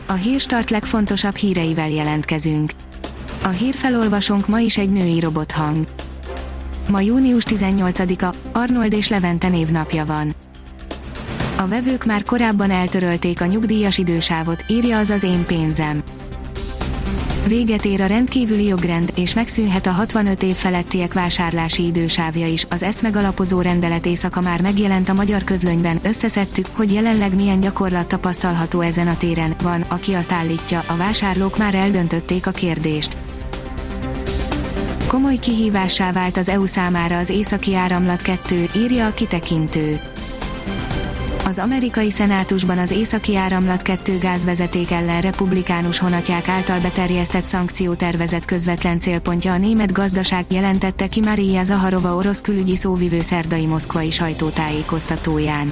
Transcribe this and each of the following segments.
A Hírstart legfontosabb híreivel jelentkezünk. A hírfelolvasónk ma is egy női robothang. Ma június 18-a, Arnold és Levente névnapja van. A vevők már korábban eltörölték a nyugdíjas idősávot, írja az Én pénzem. Véget ér a rendkívüli jogrend, és megszűnhet a 65 év felettiek vásárlási idősávja is. Az ezt megalapozó rendelet északa már megjelent a Magyar Közlönyben, összeszedtük, hogy jelenleg milyen gyakorlat tapasztalható ezen a téren. Van, aki azt állítja, a vásárlók már eldöntötték a kérdést. Komoly kihívássá vált az EU számára az Északi Áramlat 2, írja a Kitekintő. Az amerikai szenátusban az Északi Áramlat 2 gázvezeték ellen republikánus honatják által beterjesztett szankciótervezet közvetlen célpontja a német gazdaság, jelentette ki Maria Zaharova orosz külügyi szóvivő szerdai moszkvai sajtótájékoztatóján.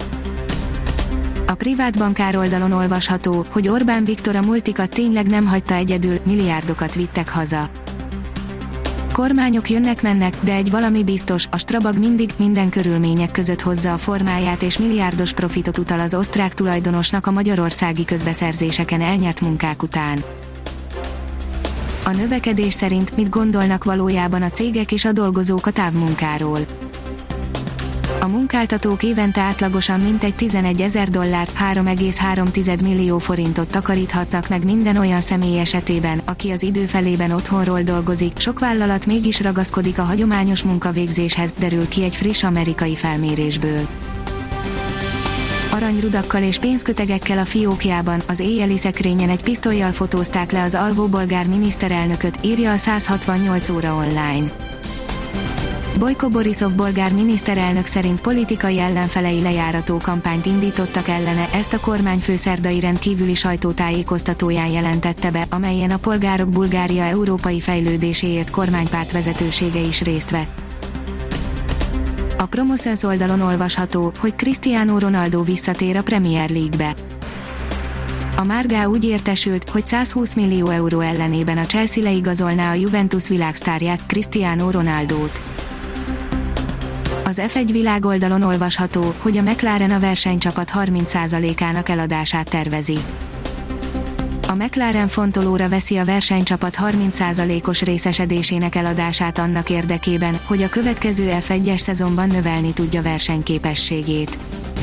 A privát bankár oldalon olvasható, hogy Orbán Viktor a multikat tényleg nem hagyta egyedül, milliárdokat vittek haza. Kormányok jönnek-mennek, de egy valami biztos, a Strabag mindig, minden körülmények között hozza a formáját és milliárdos profitot utal az osztrák tulajdonosnak a magyarországi közbeszerzéseken elnyert munkák után. A növekedés szerint mit gondolnak valójában a cégek és a dolgozók a távmunkáról. A munkáltatók évente átlagosan mintegy $11,000, 3,3 millió forintot takaríthatnak meg minden olyan személy esetében, aki az idő felében otthonról dolgozik. Sok vállalat mégis ragaszkodik a hagyományos munkavégzéshez, derül ki egy friss amerikai felmérésből. Aranyrudakkal és pénzkötegekkel a fiókjában, az éjjeli szekrényen egy pisztollyal fotózták le az alvó bolgár miniszterelnököt, írja a 168 óra online. Bojko Borisov bolgár miniszterelnök szerint politikai ellenfelei lejárató kampányt indítottak ellene, ezt a kormányfő szerdai rendkívüli sajtótájékoztatóján jelentette be, amelyen a polgárok Bulgária európai fejlődéséért kormánypárt vezetősége is részt vett. A Promoszöns oldalon olvasható, hogy Cristiano Ronaldo visszatér a Premier League-be. A Marca úgy értesült, hogy 120 millió euró ellenében a Chelsea leigazolná a Juventus világsztárját, Cristiano Ronaldót. Az F1 világoldalon olvasható, hogy a McLaren a versenycsapat 30%-ának eladását tervezi. A McLaren fontolóra veszi a versenycsapat 30%-os részesedésének eladását annak érdekében, hogy a következő F1-es szezonban növelni tudja versenyképességét.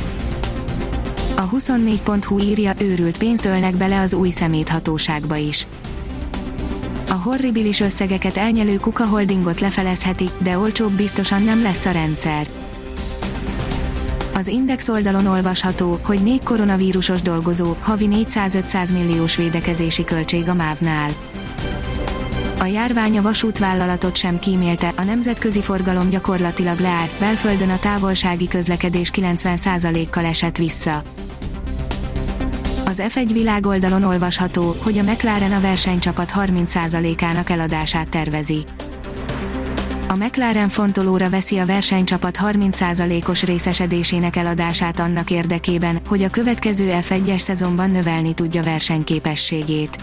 A 24.hu írja, őrült pénzt ölnek bele az új szeméthatóságba is. A horribilis összegeket elnyelő Kuka Holdingot lefelezheti, de olcsóbb biztosan nem lesz a rendszer. Az Index oldalon olvasható, hogy 4 koronavírusos dolgozó, havi 400-500 milliós védekezési költség a MÁV-nál. A járvány a vasútvállalatot sem kímélte, a nemzetközi forgalom gyakorlatilag leállt, belföldön a távolsági közlekedés 90%-kal esett vissza. Az F1 világoldalon olvasható, hogy a McLaren a versenycsapat 30%-ának eladását tervezi. A McLaren fontolóra veszi a versenycsapat 30%-os részesedésének eladását annak érdekében, hogy a következő F1-es szezonban növelni tudja versenyképességét.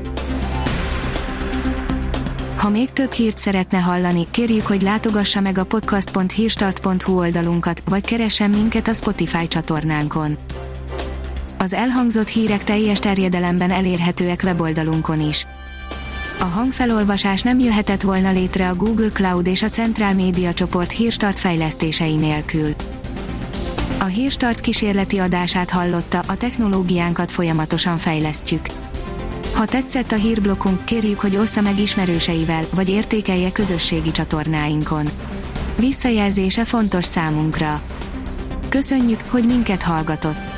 Ha még több hírt szeretne hallani, kérjük, hogy látogassa meg a podcast.hírstart.hu oldalunkat, vagy keressen minket a Spotify csatornánkon. Az elhangzott hírek teljes terjedelemben elérhetőek weboldalunkon is. A hangfelolvasás nem jöhetett volna létre a Google Cloud és a Central Media csoport Hírstart fejlesztései nélkül. A Hírstart kísérleti adását hallotta, a technológiánkat folyamatosan fejlesztjük. Ha tetszett a hírblokkunk, kérjük, hogy ossza meg ismerőseivel, vagy értékelje közösségi csatornáinkon. Visszajelzése fontos számunkra. Köszönjük, hogy minket hallgatott!